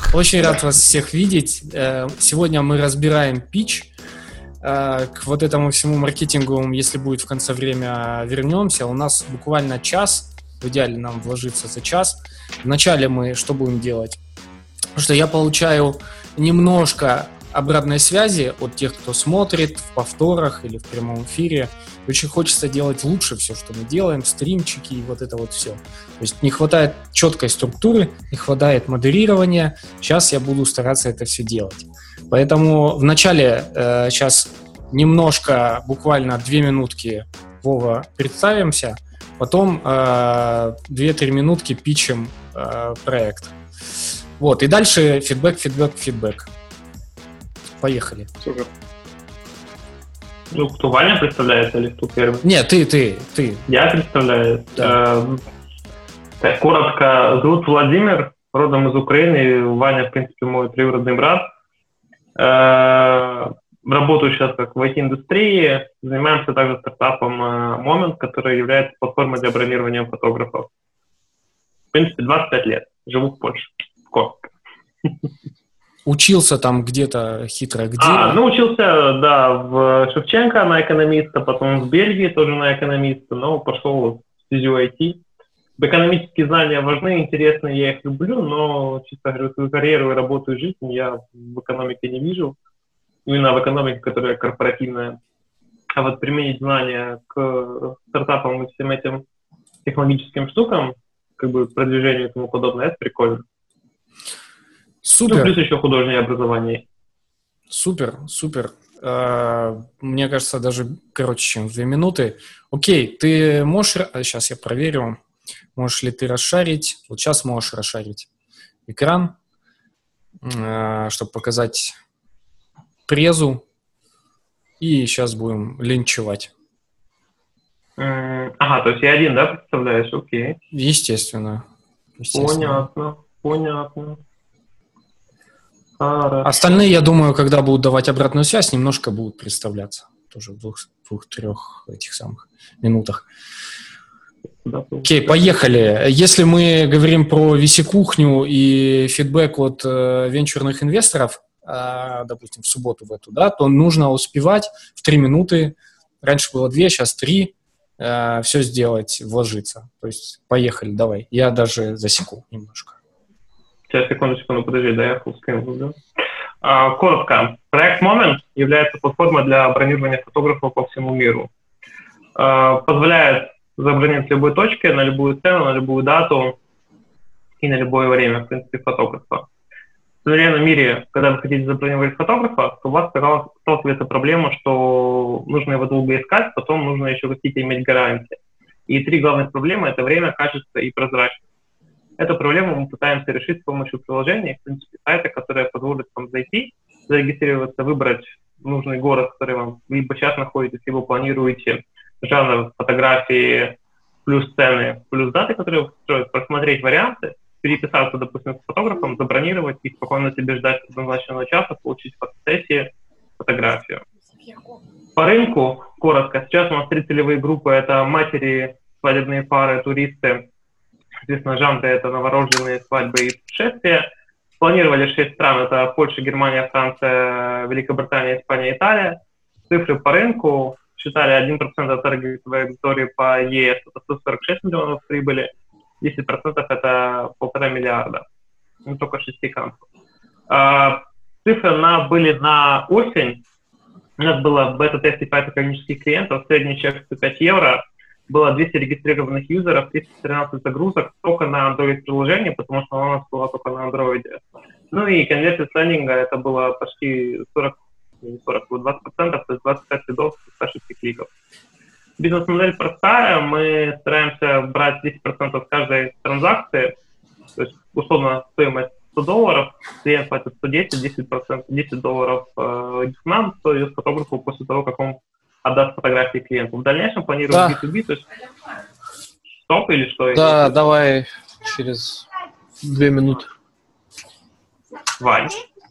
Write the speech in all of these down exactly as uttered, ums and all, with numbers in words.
Очень рад вас всех видеть. Сегодня мы разбираем питч. К вот этому всему маркетингу, если будет в конце время, вернемся. У нас буквально час. В идеале нам вложиться за час. Вначале мы что будем делать? Потому что я получаю немножко обратной связи от тех, кто смотрит в повторах или в прямом эфире. Очень хочется делать лучше все, что мы делаем, стримчики и вот это вот все. То есть не хватает четкой структуры, не хватает модерирования. Сейчас я буду стараться это все делать. Поэтому вначале э, сейчас немножко, буквально две минутки, Вова, представимся, потом э, две-три минутки питчем э, проект. Вот, и дальше фидбэк, фидбэк, фидбэк. Поехали. Супер. Ну, кто, Ваня представляется или кто первый? Нет, ты, ты, ты. Я представляю. Да. Э, коротко, зовут Владимир, родом из Украины. Ваня, в принципе, мой троюродный брат. Э, работаю сейчас как в ай ти-индустрии. Занимаемся также стартапом Moment, который является платформой для бронирования фотографов. В принципе, двадцать пять лет. Живу в Польше. Коротко. Учился там где-то хитро, где? А, ну, учился, да, в Шевченко на экономиста, потом в Бельгии тоже на экономиста, но пошел в стезю ай ти. Экономические знания важны, интересны, я их люблю, но, чисто говоря, свою карьеру и работу и жизнь я в экономике не вижу. Именно в экономике, которая корпоративная. А вот применить знания к стартапам и всем этим технологическим штукам, как бы продвижению и тому подобное, это прикольно. Супер. Ну, плюс еще художественное образование. Супер, супер. Мне кажется, даже короче, чем в две минуты. Окей, ты можешь... Сейчас я проверю. Можешь ли ты расшарить? Вот сейчас можешь расшарить экран, чтобы показать презу. И сейчас будем линчевать. Ага, то есть я один, да, представляешь? Окей. Естественно. Естественно. Понятно, понятно. Хорошо. Остальные, я думаю, когда будут давать обратную связь, немножко будут представляться. Тоже в двух, двух-трех этих самых минутах. Да, окей, поехали. Если мы говорим про ви си-кухню и фидбэк от э, венчурных инвесторов, э, допустим, в субботу в эту, да, то нужно успевать в три минуты, раньше было две, сейчас три, э, все сделать, вложиться. То есть поехали, давай. Я даже засеку немножко. Сейчас, секундочку, ну подожди, да, я фуллскрин буду. А, коротко. Проект Moment является платформой для бронирования фотографов по всему миру. А, позволяет забронировать в любой точке, на любую цену, на любую дату и на любое время, в принципе, фотографа. В современном мире, когда вы хотите забронировать фотографа, то у вас сталкивается проблема, что нужно его долго искать, потом нужно еще какие-то иметь гарантии. И три главных проблемы – это время, качество и прозрачность. Эту проблему мы пытаемся решить с помощью приложения, в принципе, сайта, которое позволит вам зайти, зарегистрироваться, выбрать нужный город, в который вам либо сейчас находитесь, либо планируете, жанр фотографии, плюс цены, плюс даты, которые вы строите, просмотреть варианты, переписаться, допустим, с фотографом, забронировать и спокойно себе ждать назначенного часа, получить в фотосессии фотографию. По рынку, коротко, сейчас у нас три целевые группы – это матери, свадебные пары, туристы. Соответственно, жанры – это новорожденные, свадьбы и путешествия. Планировали шесть стран – это Польша, Германия, Франция, Великобритания, Испания, Италия. Цифры по рынку считали один процент от таргетовой аудитории по ЕС – это сто сорок шесть миллионов прибыли, десять процентов – это полтора миллиарда. Ну, только шести кампов. А, цифры на, были на осень. У нас было в бета-тесте пять экономических клиентов, средний чек сто пять евро. Было двести регистрированных юзеров, триста тринадцать загрузок только на Android-приложение, потому что она у нас была только на Android. Ну и конверсия с лендинга это было почти сорок, не сорок, двадцать процентов, то есть двадцать пять лидов, сто шесть кликов. Бизнес-модель простая, мы стараемся брать десять процентов с каждой транзакции, то есть условно стоимость сто долларов, клиент платит сто десять, десять процентов, десять долларов э, нам, то есть фотографу после того, как он отдаст фотографии клиенту. В дальнейшем планируем да. би ту би, то есть стоп или что? Да, или давай через две минуты. Вань.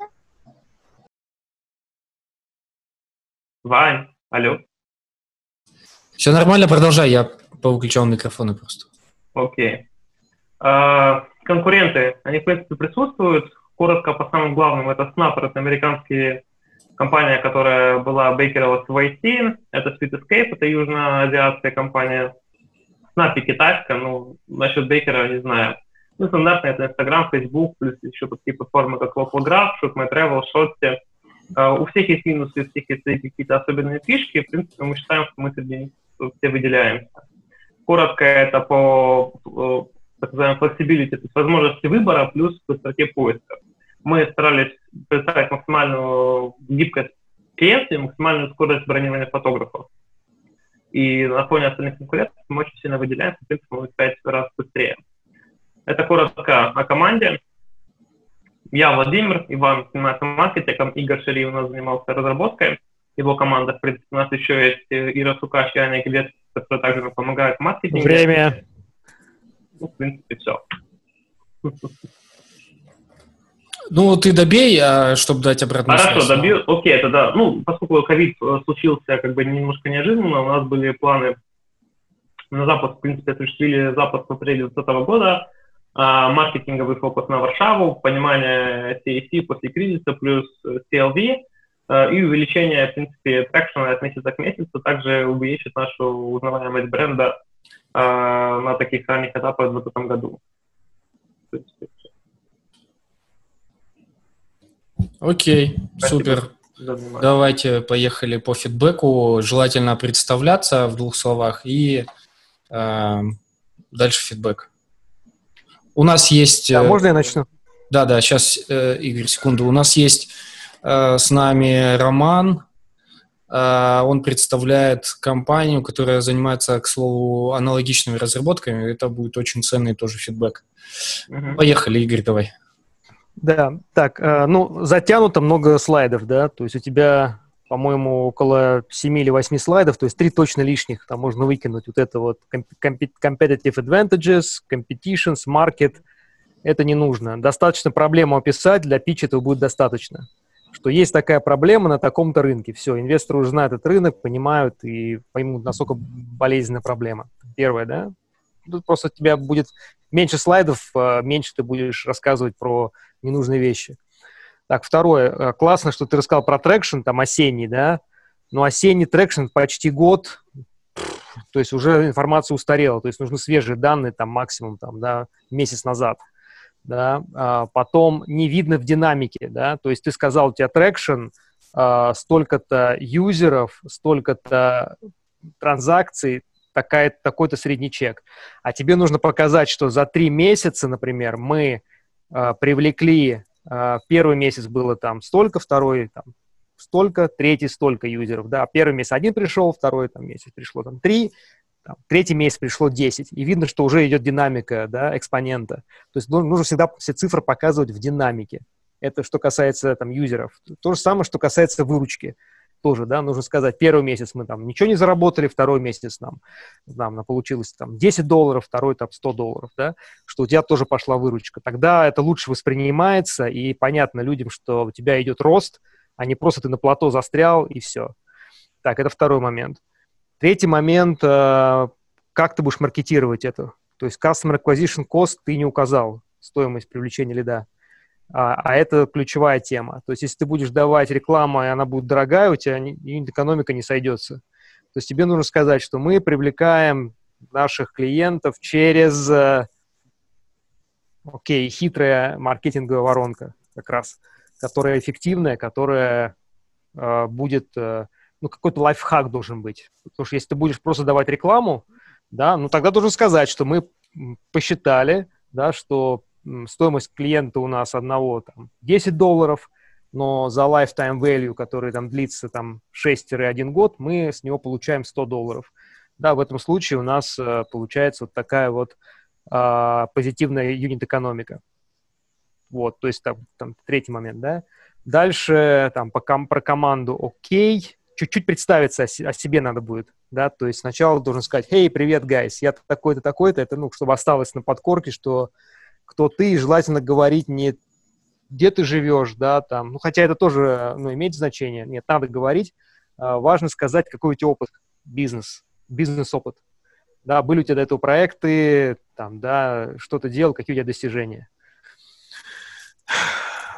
Вань, алло. Все нормально, продолжай, я повыключал микрофоны просто. Окей. А, конкуренты, они в принципе присутствуют. коротко по самым главным. Это Snap, это американская компания, которая была бейкерилась в ай ти. Это Speed Escape, это южноазиатская компания. Snap китайская, ну, насчет бейкера не знаю. Ну, стандартно это Instagram, Facebook, плюс еще такие платформы, как Localgraph, ShootMyTravel, Shotty. Uh, у всех есть минусы, у всех есть какие-то особенные фишки. В принципе, мы считаем, что мы среди них все выделяемся. Коротко, это по, по так называемой flexibility, то есть возможности выбора плюс быстроте поиска. Мы старались представить максимальную гибкость клиента и максимальную скорость бронирования фотографов. И на фоне остальных конкурентов мы очень сильно выделяемся, в принципе, мы в пять раз быстрее. Это коротко о команде. Я Владимир, Иван занимается маркетингом, Игорь Шари у нас занимался разработкой, его команда, в принципе, у нас еще есть Ира Сукаш и Аня Грец, которые также нам помогают в маркетинге. Время. Ну, в принципе, все. Ну, ты добей, чтобы дать обратную связь. Хорошо, добью. Окей, тогда, ну, поскольку ковид случился как бы немножко неожиданно, у нас были планы на запуск, в принципе, осуществили запуск в апреле две тысячи двадцатого года, а, маркетинговый фокус на Варшаву, понимание си эй си после кризиса плюс си эл ви а, и увеличение, в принципе, трекшена от месяца к месяцу, также увеличит нашу узнаваемость бренда а, на таких ранних этапах в двадцатом году. Окей, супер. Давайте поехали по фидбэку. Желательно представляться в двух словах и э, дальше фидбэк. У нас есть... Да, можно я начну? Да, да, сейчас, э, Игорь, секунду. У нас есть э, с нами Роман. Э, он представляет компанию, которая занимается, к слову, аналогичными разработками. Это будет очень ценный тоже фидбэк. Uh-huh. Поехали, Игорь, давай. Да, так, э, ну, затянуто много слайдов, да, то есть у тебя, по-моему, около семи или восьми слайдов, то есть три точно лишних, там можно выкинуть вот это вот competitive advantages, competitions, market, это не нужно. Достаточно проблему описать, для питча этого будет достаточно, что есть такая проблема на таком-то рынке, все, инвесторы уже знают этот рынок, понимают и поймут, насколько болезненная проблема. Первое, да, тут просто у тебя будет меньше слайдов, меньше ты будешь рассказывать про ненужные вещи. Так, второе. Классно, что ты рассказал про трекшн, там, осенний, да? Но осенний трекшн почти год, то есть уже информация устарела, то есть нужны свежие данные, там, максимум, там, да, месяц назад, да? А потом не видно в динамике, да? То есть ты сказал, у тебя трекшн, а, столько-то юзеров, столько-то транзакций, такая, такой-то средний чек. А тебе нужно показать, что за три месяца, например, мы Uh, привлекли, uh, первый месяц было там столько, второй там столько, третий столько юзеров, да, первый месяц один пришел, второй там месяц пришло там три, там, третий месяц пришло десять, и видно, что уже идет динамика, да, экспонента, то есть нужно всегда все цифры показывать в динамике, это что касается там юзеров, то же самое, что касается выручки, тоже, да, нужно сказать, первый месяц мы там ничего не заработали, второй месяц нам, нам получилось там десять долларов, второй там сто долларов, да, что у тебя тоже пошла выручка. Тогда это лучше воспринимается, и понятно людям, что у тебя идет рост, а не просто ты на плато застрял, и все. Так, это второй момент. Третий момент, э, как ты будешь маркетировать это? То есть Customer Acquisition Cost ты не указал, стоимость привлечения лида. А, а это ключевая тема. То есть, если ты будешь давать рекламу, и она будет дорогая, у тебя экономика не сойдется. То есть, тебе нужно сказать, что мы привлекаем наших клиентов через, окей, хитрая маркетинговая воронка как раз, которая эффективная, которая э, будет, э, ну, какой-то лайфхак должен быть. Потому что если ты будешь просто давать рекламу, да, ну, тогда должен сказать, что мы посчитали, да, что стоимость клиента у нас одного там десять долларов, но за lifetime value, который там длится там шесть-один год, мы с него получаем сто долларов. Да, в этом случае у нас э, получается вот такая вот э, позитивная юнит-экономика. Вот, то есть там, там третий момент, да. Дальше там по ком- про команду окей, чуть-чуть представиться о, си- о себе надо будет, да, то есть сначала должен сказать, «Hey, привет, guys, я такой-то, такой-то», это, ну, чтобы осталось на подкорке, что кто ты, и желательно говорить не где ты живешь, да, там, ну, хотя это тоже, ну, имеет значение, нет, надо говорить, а, важно сказать, какой у тебя опыт, бизнес, бизнес-опыт, да, были у тебя до этого проекты, там, да, что ты делал, какие у тебя достижения.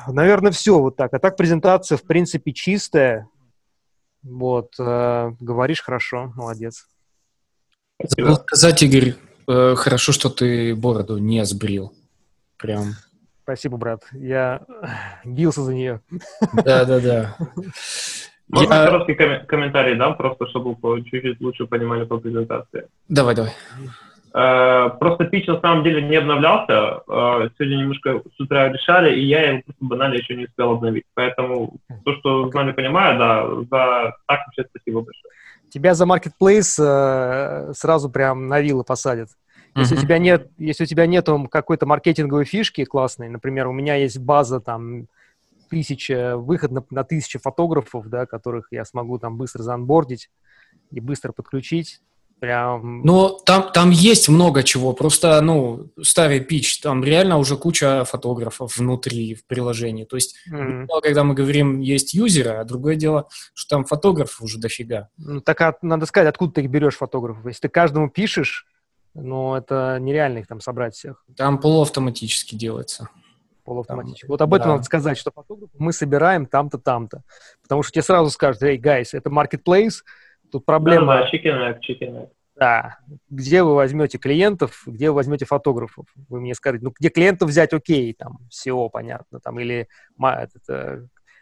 наверное, все вот так. А так презентация, в принципе, чистая. Вот, э, говоришь хорошо, молодец. Забыл сказать, Игорь, э, хорошо, что ты бороду не сбрил. Прям. Спасибо, брат. Я бился за нее. Да-да-да. Можно Я... короткий ком- комментарий дам, просто чтобы по- чуть-чуть лучше понимали по презентации. Давай, давай. Э, просто питч на самом деле не обновлялся. Э, сегодня немножко с утра решали, и я его просто банально еще не успел обновить. Поэтому то, что знали, понимаю, да, за так вообще спасибо большое. Тебя за Marketplace э, сразу прям на вилы посадят. Если uh-huh. у тебя нет, если у тебя нету какой-то маркетинговой фишки классной, например, у меня есть база там тысяча, выход на, на тысячу фотографов, да, которых я смогу там быстро заонбордить и быстро подключить. Прям... Ну, там, там есть много чего, просто, ну, старый питч, там реально уже куча фотографов внутри в приложении. То есть, mm-hmm. когда мы говорим, есть юзеры, а другое дело, что там фотографов уже дофига. Ну, так а, надо сказать, откуда ты их берешь, фотографов. Если ты каждому пишешь, ну, это нереально их там собрать всех. Там полуавтоматически делается. Полуавтоматически. Там, вот об этом да. надо сказать, что фотографов мы собираем там-то, там-то. Потому что тебе сразу скажут, эй, guys, это Marketplace, тут проблема... Да, да, chicken egg, chicken egg. Да. Где вы возьмете клиентов, где вы возьмете фотографов? Вы мне скажете, ну, где клиентов взять, окей, там, си о, понятно, там, или это,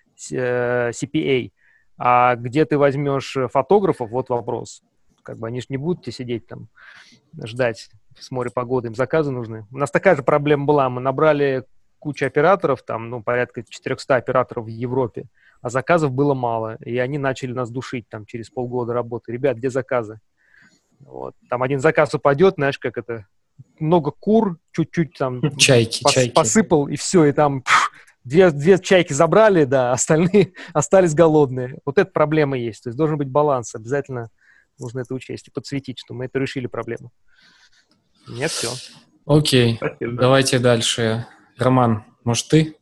си пи эй. А где ты возьмешь фотографов, вот вопрос. Как бы они же не будут тебе сидеть там, ждать с моря погоды, им заказы нужны. У нас такая же проблема была, мы набрали кучу операторов, там, ну, порядка четыреста операторов в Европе, а заказов было мало, и они начали нас душить там через полгода работы. Ребят, где заказы? Вот. Там один заказ упадет, знаешь, как это, много кур, чуть-чуть там чайки, пос, чайки. посыпал, и все, и там пфф, две, две чайки забрали, да, остальные остались голодные. Вот эта проблема есть, то есть должен быть баланс, обязательно нужно это учесть и подсветить, что мы это решили проблему. Нет, все. Окей, Спасибо. Давайте дальше. Роман, может, ты?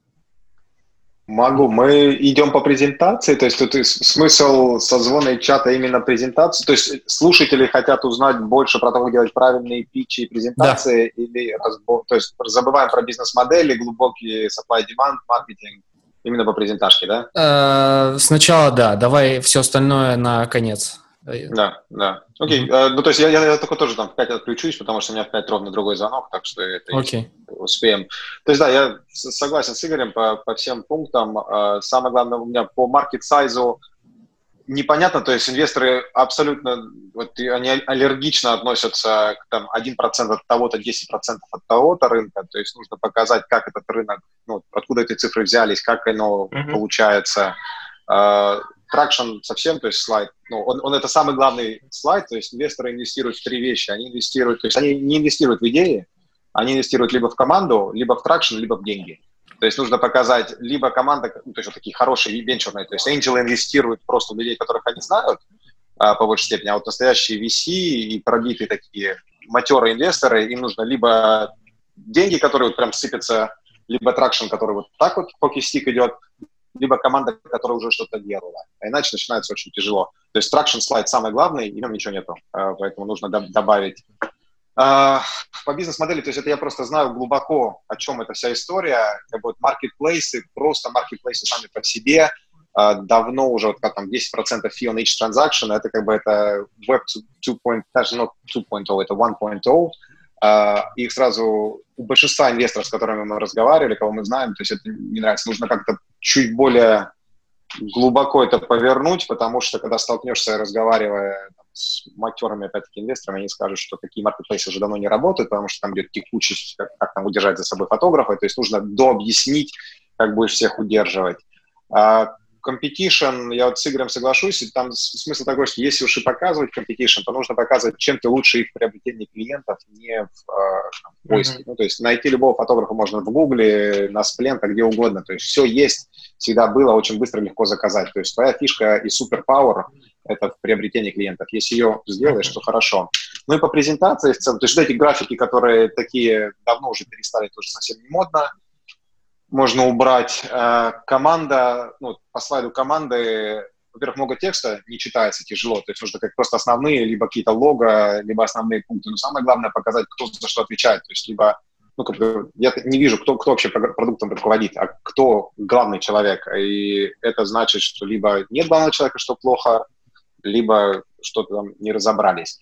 Могу. Мы идем по презентации, то есть тут смысл созвона и чата именно презентации, то есть слушатели хотят узнать больше про то, как делать правильные питчи и презентации, да. или разбор, то есть забываем про бизнес-модели, глубокий supply-demand, маркетинг, именно по презентажке, да? Э-э, сначала да, давай все остальное на конец. Да, да. Окей, mm-hmm. ну то есть я, я, я только тоже там в пять отключусь, потому что у меня в пять ровно другой звонок, так что это okay. успеем. То есть да, я согласен с Игорем по, по всем пунктам. Самое главное у меня по маркет-сайзу непонятно, то есть инвесторы абсолютно, вот, они аллергично относятся к там, один процент от того-то, десять процентов от того-то рынка, то есть нужно показать, как этот рынок, ну, откуда эти цифры взялись, как оно mm-hmm. получается. Traction совсем, то есть слайд, ну, он, он это самый главный слайд, то есть инвесторы инвестируют в три вещи, они инвестируют, то есть они не инвестируют в идеи, они инвестируют либо в команду, либо в traction, либо в деньги. То есть нужно показать, либо команда, ну, то есть вот такие хорошие венчурные, то есть angel инвестируют просто в людей, которых они знают а, по большей степени, а вот настоящие ви си и пробитые такие матерые инвесторы, им нужно либо деньги, которые вот прям сыпятся, либо traction, который вот так вот хоки-стик идет, либо команда, которая уже что-то делала. А иначе начинается очень тяжело. То есть traction слайд самый главный, и в нем ничего нету, поэтому нужно добавить. По бизнес-модели, то есть это я просто знаю глубоко, о чем эта вся история. Как бы вот маркетплейсы, просто маркетплейсы сами по себе, давно уже, вот как там десять процентов fee on each transaction, это как бы это веб два, даже не два, это один. Uh, их сразу у большинства инвесторов, с которыми мы разговаривали, кого мы знаем, то есть это не нравится, нужно как-то чуть более глубоко это повернуть, потому что когда столкнешься, разговаривая там, с матерыми, опять-таки, инвесторами, они скажут, что такие маркетплейсы уже давно не работают, потому что там идет текучесть, как, как там удержать за собой фотографа, то есть нужно дообъяснить, как будешь всех удерживать. Uh, competition, я вот с Игорем соглашусь, и там смысл такой, что если уж и показывать competition, то нужно показывать, чем ты лучше их в приобретении клиентов, не в, в поиске. Mm-hmm. Ну, то есть найти любого фотографа можно в Гугле, на Сплента, где угодно. То есть все есть, всегда было, очень быстро, легко заказать. То есть твоя фишка и суперпауэр – это в приобретении клиентов. Если ее сделаешь, mm-hmm. то хорошо. Ну и по презентации в целом, то есть вот эти графики, которые такие давно уже перестали, тоже совсем не модно, можно убрать. Команда, ну, по слайду команды, во-первых, много текста, не читается тяжело, то есть нужно как просто основные, либо какие-то лого, либо основные пункты. Но самое главное показать, кто за что отвечает, то есть либо ну, как бы, я не вижу, кто, кто вообще продуктом руководит, а кто главный человек. И это значит, что либо нет главного человека, что плохо, либо что-то там не разобрались.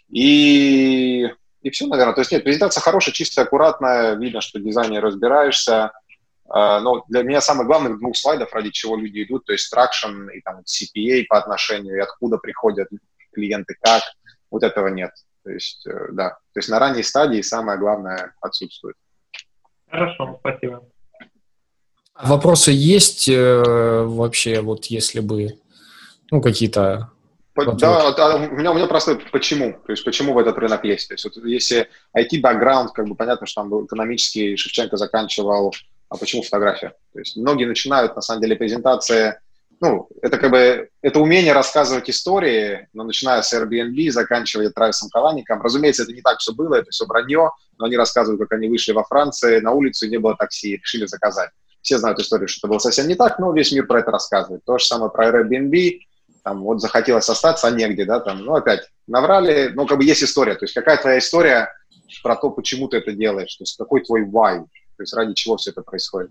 И, и все, наверное. То есть нет, презентация хорошая, чистая, аккуратная, видно, что в дизайне разбираешься. Но для меня самое главное двух слайдов, ради чего люди идут, то есть traction и там си пи эй по отношению, и откуда приходят клиенты, как, вот этого нет. То есть, да, то есть на ранней стадии самое главное отсутствует. Хорошо, спасибо. Вопросы есть э, вообще, вот если бы, ну, какие-то... По, да, а у меня, у меня просто почему, то есть почему в этот рынок есть. То есть вот если ай ти-бэкграунд, как бы понятно, что там был экономический, Шевченко заканчивал, а почему фотография? То есть многие начинают, на самом деле, презентации, ну, это как бы, это умение рассказывать истории, но начиная с Airbnb, заканчивая Трависом Калаником. Разумеется, это не так все было, это все вранье, но они рассказывают, как они вышли во Франции на улицу, и не было такси, решили заказать. Все знают историю, что это было совсем не так, но весь мир про это рассказывает. То же самое про Airbnb, там вот захотелось остаться, а негде, да, там, ну, опять, наврали, ну, как бы есть история, то есть какая твоя история про то, почему ты это делаешь, то есть какой твой why, то есть ради чего все это происходит.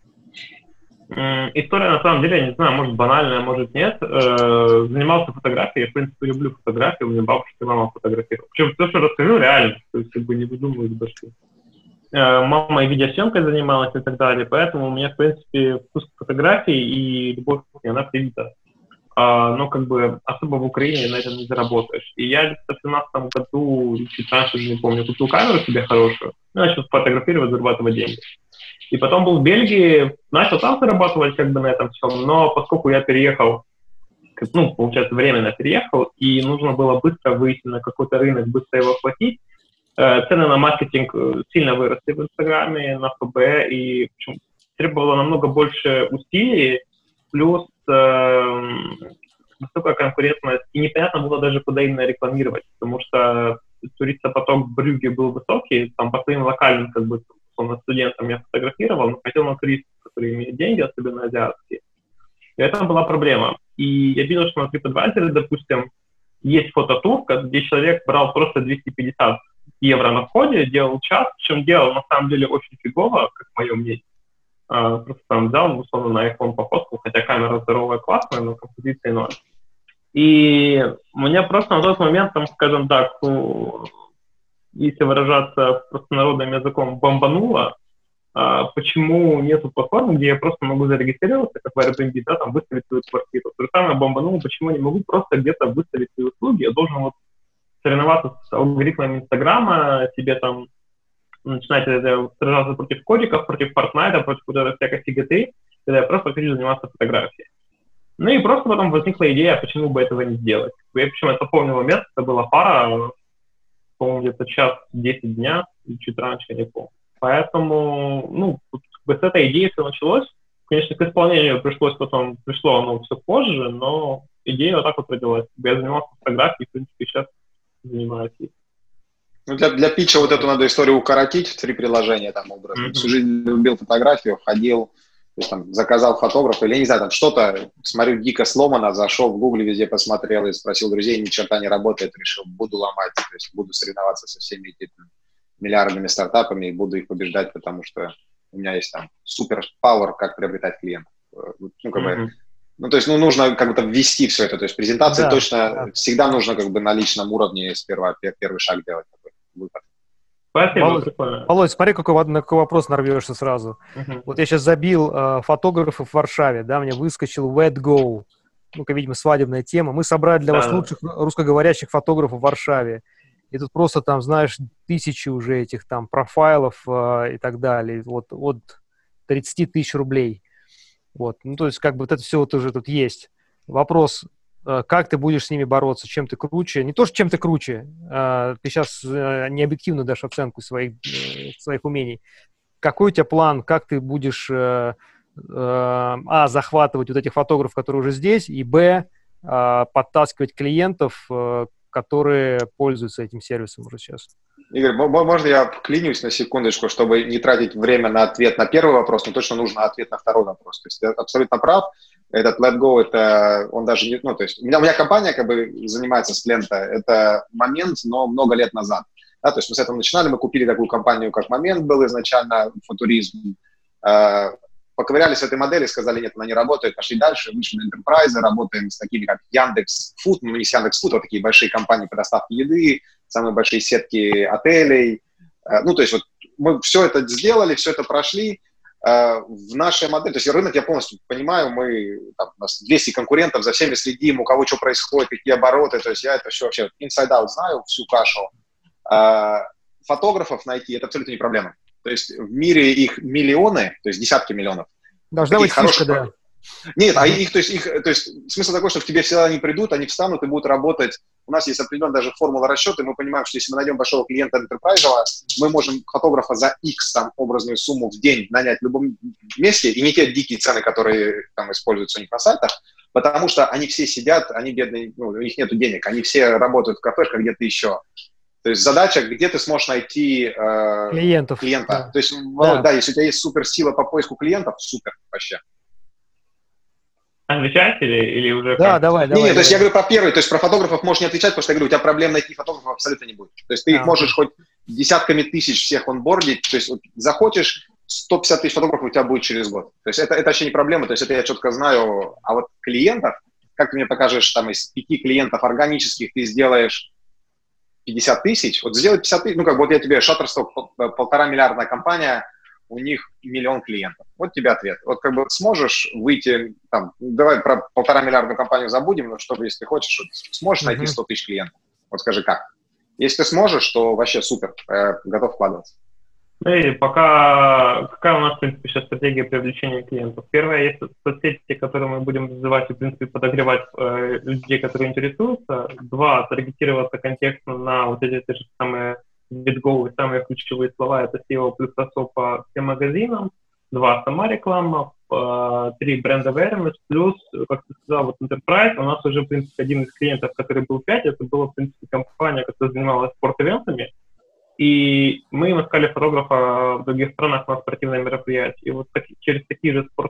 История, на самом деле, я не знаю, может банальная, может нет. Э, занимался фотографией, я, в принципе, люблю фотографию, у меня бабушка и мама фотографируют. Причем то, что расскажу, реально, то есть как бы не выдумываю из башки. Э, мама и видеосъемкой занималась и так далее, поэтому у меня, в принципе, вкус к фотографии и любовь к ней, она привита. А, но как бы особо в Украине на этом не заработаешь. И я в две тысячи семнадцатом году, чуть раньше, не помню, купил камеру себе хорошую, начал фотографировать, зарабатывать деньги. И потом был в Бельгии, начал там зарабатывать как бы на этом всем, но поскольку я переехал, ну, получается, временно переехал, и нужно было быстро выйти на какой-то рынок, быстро его охватить, э, цены на маркетинг сильно выросли в Инстаграме, на эф бэ, и причем требовало намного больше усилий, плюс э, высокая конкурентность, и непонятно было даже, куда именно рекламировать, потому что туристопоток в Брюгге был высокий, там по своим локальным, как бы, студентам я фотографировал, но хотел на туристов, которые имеют деньги, особенно азиатские. И это была проблема. И я видел, что на TripAdvisor, допустим, есть фототур, где человек брал просто двести пятьдесят евро на входе, делал час, причем делал на самом деле очень фигово, как мое мнение. А, просто там взял, условно, на iPhone пофоткал, хотя камера здоровая, классная, но композиции ноль. И меня просто на тот момент, там, скажем так, ну, если выражаться простонародным языком, бомбануло, а, почему нету платформы, где я просто могу зарегистрироваться, как в Airbnb, да, там, выставить свою квартиру. То же самое бомбануло, почему я не могу просто где-то выставить свои услуги, я должен вот соревноваться с алгоритмами Инстаграма, себе там начинать сражаться против кодиков, против Fortnite, против вот всякой фиготы, когда я просто хочу заниматься фотографией. Ну и просто потом возникла идея, почему бы этого не сделать. Я почему это помню момент, это была пара, по-моему, где-то час десять дня, чуть раньше, я не помню. Поэтому, ну, с этой идеи все началось. Конечно, к исполнению пришлось потом, пришло оно все позже, но идея вот так вот родилась. Я занимался фотографией, в принципе, сейчас занимаюсь. Ну, для, для питча вот эту надо историю укоротить в три приложения, там, образно. Mm-hmm. Всю жизнь любил фотографию, ходил, то есть, там, заказал фотографа, или, я не знаю, там, что-то, смотрю, дико сломано, зашел в Гугле, везде посмотрел и спросил друзей, ни черта не работает, решил, буду ломать, то есть, буду соревноваться со всеми этими миллиардными стартапами и буду их побеждать, потому что у меня есть там супер пауэр, как приобретать клиентов. Ну, как mm-hmm. бы, ну, то есть, ну, нужно как бы ввести все это, то есть, презентации да, точно, да. Всегда нужно как бы на личном уровне с первого, первый шаг делать, такой выпад. Володь, Володь, смотри, какой, на какой вопрос нарвешься сразу. Uh-huh. Вот я сейчас забил э, фотографов в Варшаве, да, мне выскочил WetGo, ну-ка, видимо, свадебная тема. Мы собрали для uh-huh. вас лучших русскоговорящих фотографов в Варшаве. И тут просто там, знаешь, тысячи уже этих там профайлов э, и так далее. Вот от тридцать тысяч рублей. Вот, ну, то есть, как бы вот это все вот уже тут есть. Вопрос, как ты будешь с ними бороться, чем ты круче. Не то, что чем ты круче, ты сейчас не объективно дашь оценку своих, своих умений. Какой у тебя план, как ты будешь, а, захватывать вот этих фотографов, которые уже здесь, и, б, подтаскивать клиентов, которые пользуются этим сервисом уже сейчас? Игорь, можно я вклинюсь на секундочку, чтобы не тратить время на ответ на первый вопрос, но точно нужно ответ на второй вопрос. То есть ты абсолютно прав. Этот LetGo, это он даже не... Ну, то есть у меня, у меня компания как бы занимается с Плента. Это момент, но много лет назад. Да, то есть мы с этого начинали, мы купили такую компанию, как Момент был изначально, Футуризм, э, поковырялись в этой модели, сказали, нет, она не работает, пошли дальше, вышли на Enterprise, работаем с такими, как Яндекс.Фуд, ну не с Яндекс.Фуд, а такие большие компании по доставке еды, самые большие сетки отелей. Э, ну, то есть вот мы все это сделали, все это прошли. Э, в нашей модели, то есть рынок я полностью понимаю, мы, там, у нас двести конкурентов, за всеми следим, у кого что происходит, какие обороты, то есть я это все вообще inside-out знаю, всю кашу. Фотографов найти – это абсолютно не проблема. То есть в мире их миллионы, то есть десятки миллионов. Должна быть фишка, да. Нет, а их, то есть, их, то есть смысл такой, что к тебе всегда они придут, они встанут и будут работать. У нас есть определенная даже формула расчета, и мы понимаем, что если мы найдем большого клиента Enterprise, мы можем фотографа за X там, образную сумму в день нанять в любом месте, и не те дикие цены, которые там используются у них на сайтах, потому что они все сидят, они бедные, ну, у них нет денег, они все работают в кафешках где-то еще. То есть задача, где ты сможешь найти э, клиентов. клиента. Да. То есть, да. да, если у тебя есть суперсила по поиску клиентов, супер вообще. Отвечать или, или уже... Да, как? давай, не, давай. Не, давай. то есть я говорю про первый, то есть про фотографов можешь не отвечать, потому что я говорю, у тебя проблем найти фотографов абсолютно не будет. То есть ты а, их можешь хоть десятками тысяч всех онбордить, то есть вот, захочешь, сто пятьдесят тысяч фотографов у тебя будет через год. То есть это, это вообще не проблема, то есть это я четко знаю. А вот клиентов, как ты мне покажешь, там из пяти клиентов органических ты сделаешь пятьдесят тысяч, вот сделай пятьдесят тысяч, ну как бы вот я тебе, Shutterstock, полтора миллиардная компания, у них миллион клиентов. Вот тебе ответ. Вот как бы сможешь выйти, там, давай про полтора миллиардную компанию забудем, но чтобы, если ты хочешь, вот, сможешь найти сто тысяч клиентов. Вот скажи, как? Если ты сможешь, то вообще супер, э, готов вкладываться. Ну и пока, какая у нас, в принципе, сейчас стратегия привлечения клиентов? Первое, есть соцсети, которые мы будем вызывать и, в принципе, подогревать э, людей, которые интересуются. Два, таргетироваться контекстно на вот эти те же самые VidGo, самые ключевые слова, это сео плюс АСО по всем магазинам. Два, сама реклама. Э, три, бренд awareness. Плюс, как ты сказал, вот Enterprise, у нас уже, в принципе, один из клиентов, который был пять, это была, в принципе, компания, которая занималась спорт-ивентами. И мы им искали фотографа в других странах на спортивные мероприятия. И вот таки, через такие же спорт,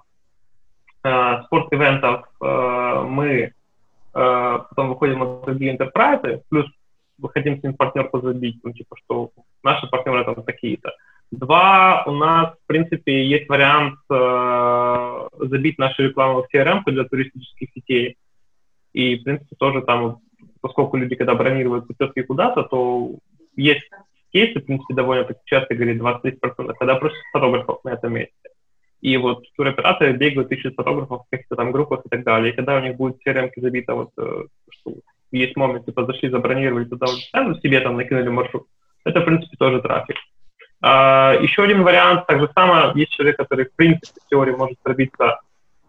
э, спорт-ивентов э, мы э, потом выходим на другие энтерпрайзы, плюс хотим с ним партнерку забить, ну, типа, что наши партнеры там такие-то. Два, у нас, в принципе, есть вариант э, забить нашу рекламу в си ар эм-ку для туристических сетей. И, в принципе, тоже там, поскольку люди, когда бронируют путевки куда-то, то есть кейсы, в принципе, довольно-таки часто, говорит, двадцать процентов, когда просят фотографов на этом месте. И вот туроператоры бегают, ищут фотографов в каких-то там группах и так далее. И когда у них будет си ар эм-ки забита, вот, что есть момент, типа, зашли, забронировали туда, вот, себе там накинули маршрут, это, в принципе, тоже трафик. А, еще один вариант, так же самое, есть человек, который, в принципе, в теории может пробиться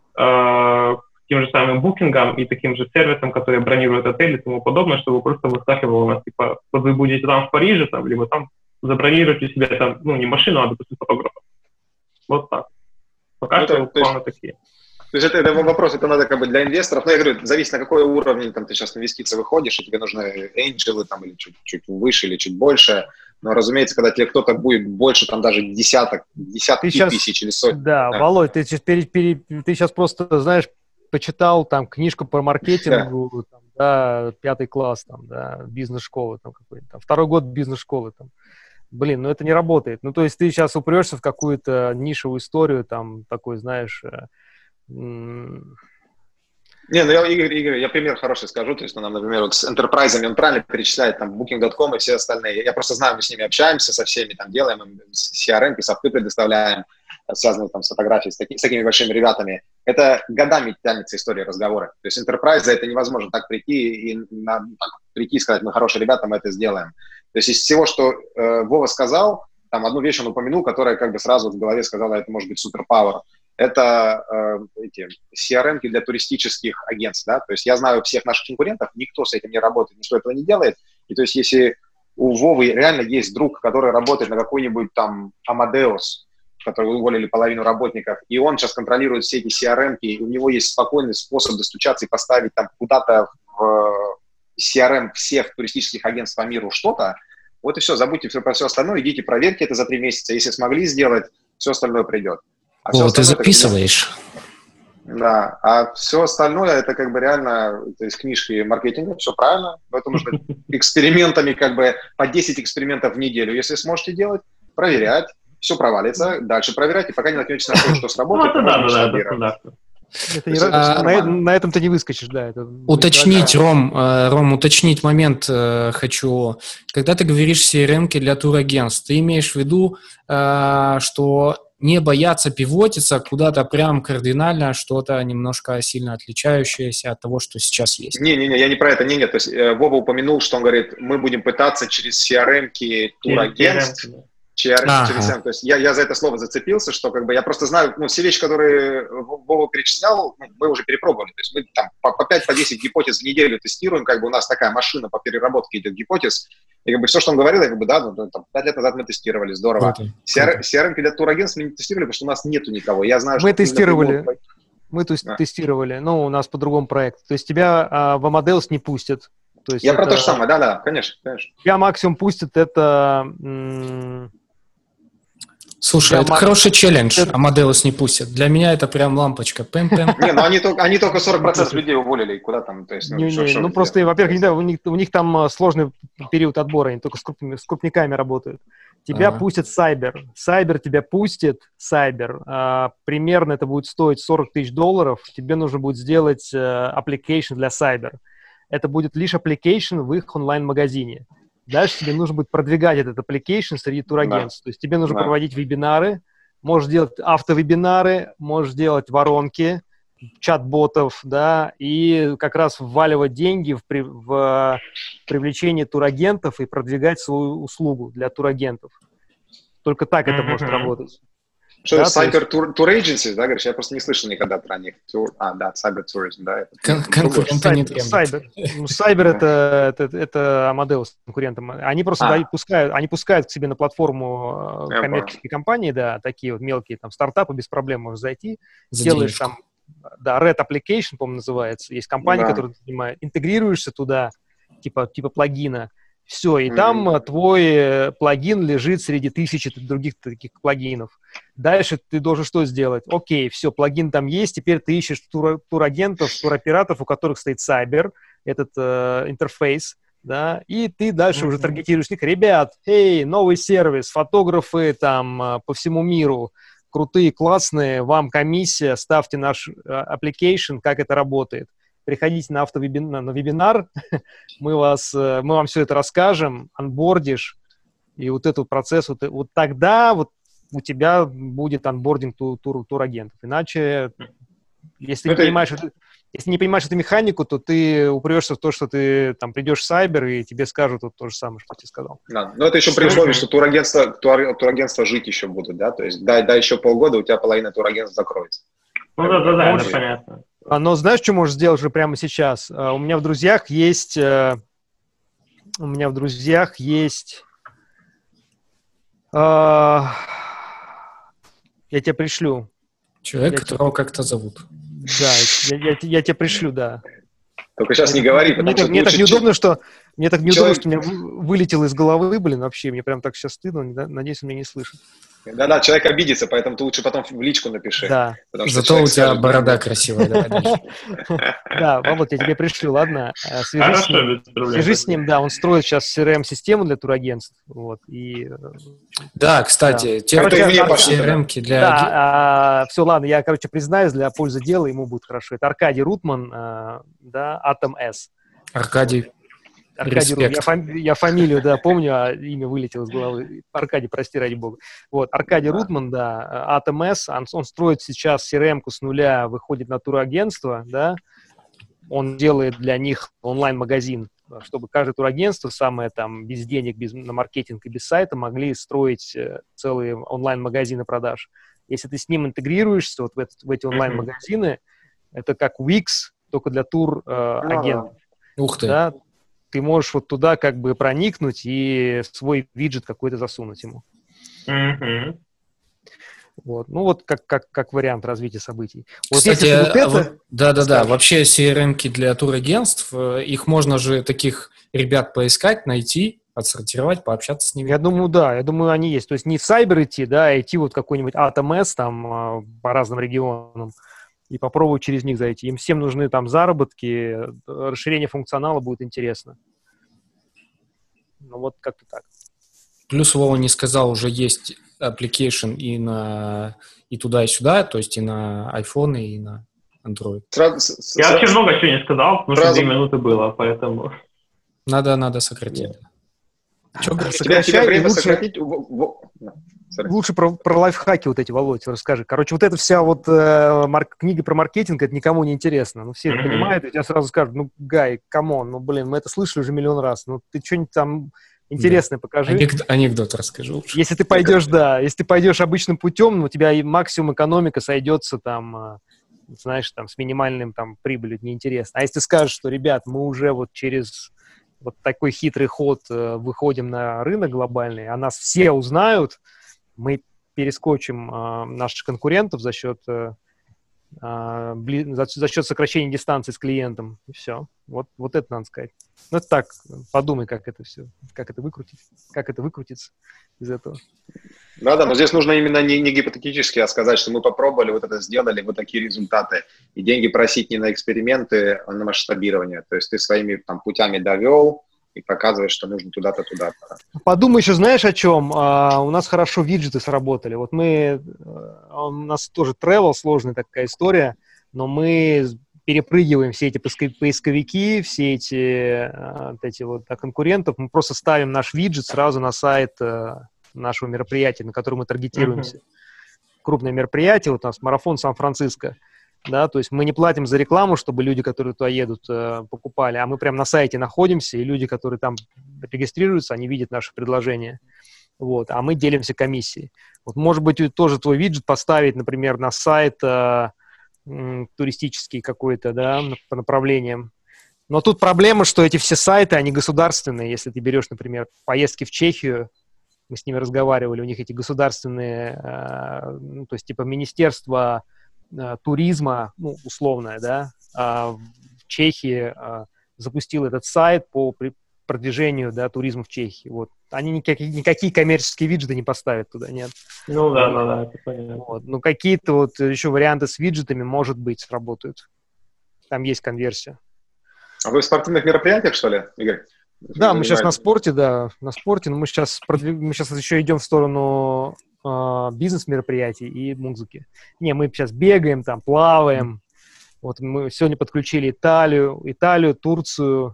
а, тем же самым букингом и таким же сервисом, который бронирует отели и тому подобное, чтобы просто выскакивало у нас, типа, вот вы будете там в Париже, там, либо там забронируйте себе там, ну, не машину, а, допустим, фотографа. Вот так. Пока ну, что планы такие. То есть это, это вопрос, это надо как бы для инвесторов, но я говорю, зависит на какой уровень там ты сейчас инвестиции выходишь, и тебе нужны энджелы там или чуть, чуть выше, или чуть больше, но, разумеется, когда тебе кто-то будет больше, там даже десяток, десятки сейчас, тысяч или сотни. Да, да. Володь, ты сейчас, пере, пере, ты сейчас просто, знаешь, почитал там книжку по маркетингу, там, да, пятый класс, там, да, бизнес-школы, там, какой-то, там, второй год бизнес-школы, там. Блин, ну это не работает. Ну, то есть ты сейчас упрешься в какую-то нишевую историю, там, такой, знаешь... Не, ну я, Игорь, Игорь, я пример хороший скажу, то есть, ну, нам, например, вот с энтерпрайзами он правильно перечисляет, там, букинг точка ком и все остальные. Я просто знаю, мы с ними общаемся, со всеми, там, делаем им си ар эм, софты предоставляем, связанные там с фотографией, с, таки, с такими большими ребятами. Это годами тянется история разговора. То есть энтерпрайза это невозможно так прийти и на, так, прийти и сказать, мы хорошие ребята, мы это сделаем. То есть из всего, что э, Вова сказал, там одну вещь он упомянул, которая как бы сразу в голове сказала, это может быть суперпауэр. Это э, эти си ар эм-ки для туристических агентств, да, то есть я знаю всех наших конкурентов, никто с этим не работает, никто этого не делает, и то есть если у Вовы реально есть друг, который работает на какой-нибудь там Amadeus, который уволили половину работников, и он сейчас контролирует все эти си ар эм-ки, и у него есть спокойный способ достучаться и поставить там куда-то в си ар эм всех туристических агентств по миру что-то, вот и все, забудьте все про все остальное, идите проверьте это за три месяца, если смогли сделать, все остальное придет. А О, ты записываешь? Да, а все остальное это как бы реально из книжки маркетинга, все правильно, но это нужно экспериментами как бы по десять экспериментов в неделю, если сможете делать, проверять, все провалится, дальше проверять, и пока не наткнетесь на то, что сработает, ну, можно да, масштабировать. Да, да, это не, а, на, на этом ты не выскочишь, да. Это уточнить, Ром, Ром, уточнить момент э, хочу. Когда ты говоришь си эр эм-ки для турагентств, ты имеешь в виду, э, что не бояться пивотиться куда-то прям кардинально, что-то немножко сильно отличающееся от того, что сейчас есть? Не-не-не, я не про это, не-не. То есть э, Вова упомянул, что он говорит, мы будем пытаться через си ар эм-ки турагентств, Ага. То есть я, я за это слово зацепился, что как бы я просто знаю, ну, все вещи, которые Вова перечислял, ну, мы уже перепробовали. То есть мы там по, по пять, по десять гипотез в неделю тестируем, как бы у нас такая машина по переработке идет гипотез. И как бы все, что он говорил, как бы, да, ну, там, пять лет назад мы тестировали, здорово. си ар эм-ки для турагентств мы не тестировали, потому что у нас нету никого. Я знаю, мы что тестировали. Мы то есть, да. тестировали, но у нас по другому проекту. То есть тебя а, в Amadeus не пустят. То есть я это... про то же самое, да-да, конечно, конечно. Тебя максимум пустят это... М- Слушай, это мак... хороший челлендж, Amadeus не пустят. Для меня это прям лампочка. Пэм-пэм. Не, ну они только, они только сорок процентов людей уволили, куда там, то есть... Ну, не, шо, не, шо ну просто, во-первых, да, у, них, у них там сложный период отбора, они только с, крупными, с крупниками работают. Тебя ага. пустят Cyber. Cyber тебя пустит, Cyber. А, примерно это будет стоить сорок тысяч долларов. Тебе нужно будет сделать а, application для Cyber. Это будет лишь application в их онлайн-магазине. Дальше тебе нужно будет продвигать этот application среди турагентств. Да. То есть тебе нужно да. проводить вебинары, можешь делать автовебинары, можешь делать воронки, чат-ботов, да, и как раз вваливать деньги в, при, в привлечение турагентов и продвигать свою услугу для турагентов. Только так это mm-hmm. может работать. Что, да, Cyber Tour, Tour Agency, да, говоришь? Я просто не слышал никогда про них. Tour, а, да, Cyber Tourism, да. Это, Кон- конкуренты не Cyber. Ну, Cyber это, это, это Amadeus конкурентам. Они просто а. дают, пускают, они пускают к себе на платформу Я коммерческие понял. компании, да, такие вот мелкие там стартапы, без проблем можешь зайти, За делаешь денежку. Там, да, Red Application, по-моему, называется. Есть компания, да. которая занимает, интегрируешься туда, типа, типа плагина, все, и mm-hmm. там твой плагин лежит среди тысячи других таких плагинов. Дальше ты должен что сделать? Окей, все, плагин там есть, теперь ты ищешь тур, турагентов, туроператоров, у которых стоит Cyber, этот э, интерфейс, да, и ты дальше mm-hmm. уже таргетируешь них. Ребят, эй, новый сервис, фотографы там по всему миру, крутые, классные, вам комиссия, ставьте наш application, как это работает. Приходите на автовебинар, на вебинар, мы, вас, мы вам все это расскажем, анбордишь, и вот этот процесс, вот, вот тогда вот у тебя будет анбординг тур, тур, турагентов. Иначе, если, это... не понимаешь, если не понимаешь эту механику, то ты упрешься в то, что ты там придешь в Cyber, и тебе скажут вот то же самое, что ты сказал. Да, но это еще при условии, что турагентства, тур, турагентства жить еще будут, да, то есть дай, дай еще полгода, у тебя половина турагентств закроется. Ну да, да, да, это понятно. Но знаешь, что можешь сделать уже прямо сейчас? Uh, у меня в друзьях есть... Uh, у меня в друзьях есть... Uh, я тебе пришлю. Человек, я которого тебе... как-то зовут. Да, я, я, я тебе пришлю, да. Только сейчас мне, не говори, потому мне, что... Мне так неудобно, что... Мне так неудобно, Человек... что у меня вылетело из головы, блин, вообще. Мне прям так сейчас стыдно. Надеюсь, он меня не слышит. Да-да, человек обидится, поэтому ты лучше потом в личку напиши. Да. Зато у тебя борода красивая. Да, вот я тебе пришлю, ладно. Свяжись с ним, да, он строит сейчас си эр эм-систему для турагентств. Вот, и... Да, кстати, те си эр эм-ки для... Да, все, ладно, я, короче, признаюсь, для пользы дела ему будет хорошо. Это Аркадий Рутман, да, Atom S. Аркадий. Аркадий Ру, я, фами, я фамилию, да, помню, а имя вылетело из головы. Аркадий, прости, ради бога. Вот, Аркадий да. Рутман, да, Atom S, он, он строит сейчас си эр эм-ку с нуля, выходит на турагентство, да, он делает для них онлайн-магазин, чтобы каждое турагентство, самое там, без денег, без, на маркетинг и без сайта, могли строить целые онлайн-магазины продаж. Если ты с ним интегрируешься вот в, этот, в эти онлайн-магазины, это как Wix, только для тур-агентов. Э, Ух ты! Да? Ты можешь вот туда как бы проникнуть и свой виджет какой-то засунуть ему. Mm-hmm. Вот. Ну вот как, как, как вариант развития событий. Вот Кстати, вот это, вот, да-да-да, вообще си эр эм-ки для турагентств, их можно же таких ребят поискать, найти, отсортировать, пообщаться с ними. Я думаю, да, я думаю, они есть. То есть не в Cyber идти, да, а идти вот какой-нибудь Atom S там по разным регионам, и попробовать через них зайти. Им всем нужны там заработки, расширение функционала будет интересно. Ну вот как-то так. Плюс Вова не сказал, уже есть application и на и туда, и сюда, то есть и на iPhone, и на Android. Сразу, Я сразу, вообще много чего не сказал, потому сразу, что две минуты было, поэтому... Надо, надо сократить. Что, тебя, тебя время лучше... сократить... Sorry. Лучше про, про лайфхаки вот эти, Володь, расскажи. Короче, вот эта вся вот э, марк, книга про маркетинг, это никому не интересно. Ну, все mm-hmm. это понимают, и тебя сразу скажут, ну, Гай, камон, ну, блин, мы это слышали уже миллион раз, ну, ты что-нибудь там интересное да. покажи. Анекдот, анекдот расскажи лучше. Если ты пойдешь, да, если ты пойдешь обычным путем, у тебя максимум экономика сойдется там, знаешь, там, с минимальным там прибылью, неинтересно. А если ты скажешь, что, ребят, мы уже вот через вот такой хитрый ход э, выходим на рынок глобальный, а нас все узнают, мы перескочим э, наших конкурентов за счет, э, э, бли, за, за счет сокращения дистанции с клиентом, и все. Вот, вот это надо сказать. Ну, это так, подумай, как это все, как это выкрутить, как это выкрутиться из этого. Да, да, но здесь нужно именно не, не гипотетически, а сказать, что мы попробовали, вот это сделали, вот такие результаты. И деньги просить не на эксперименты, а на масштабирование. То есть ты своими там путями довел и показываешь, что нужно туда-то, туда-то. Подумай еще, знаешь, о чем? А, у нас хорошо виджеты сработали. Вот мы, у нас тоже travel, сложная такая история, но мы перепрыгиваем все эти поисковики, все эти, вот эти вот конкурентов, мы просто ставим наш виджет сразу на сайт нашего мероприятия, на которое мы таргетируемся. Uh-huh. Крупное мероприятие, вот у нас марафон Сан-Франциско, да, то есть мы не платим за рекламу, чтобы люди, которые туда едут, покупали, а мы прямо на сайте находимся, и люди, которые там регистрируются, они видят наши предложения, вот, а мы делимся комиссией. Вот, может быть, тоже твой виджет поставить, например, на сайт э, м, туристический какой-то, да, по направлениям. Но тут проблема, что эти все сайты, они государственные. Если ты берешь, например, поездки в Чехию, мы с ними разговаривали, у них эти государственные, э, ну, то есть типа Министерство э, туризма, ну, условное, да, э, в Чехии э, запустил этот сайт по при, продвижению, да, туризма в Чехии. Вот. Они никакие, никакие коммерческие виджеты не поставят туда, нет. Ну да, да, да, это понятно. Вот. Ну какие-то вот еще варианты с виджетами, может быть, сработают. Там есть конверсия. А вы в спортивных мероприятиях, что ли, Игорь? Да, мы сейчас на спорте, да, на спорте, но мы сейчас, продвиг... мы сейчас еще идем в сторону э, бизнес-мероприятий и музыки. Не, мы сейчас бегаем, там, плаваем. Вот мы сегодня подключили Италию, Италию, Турцию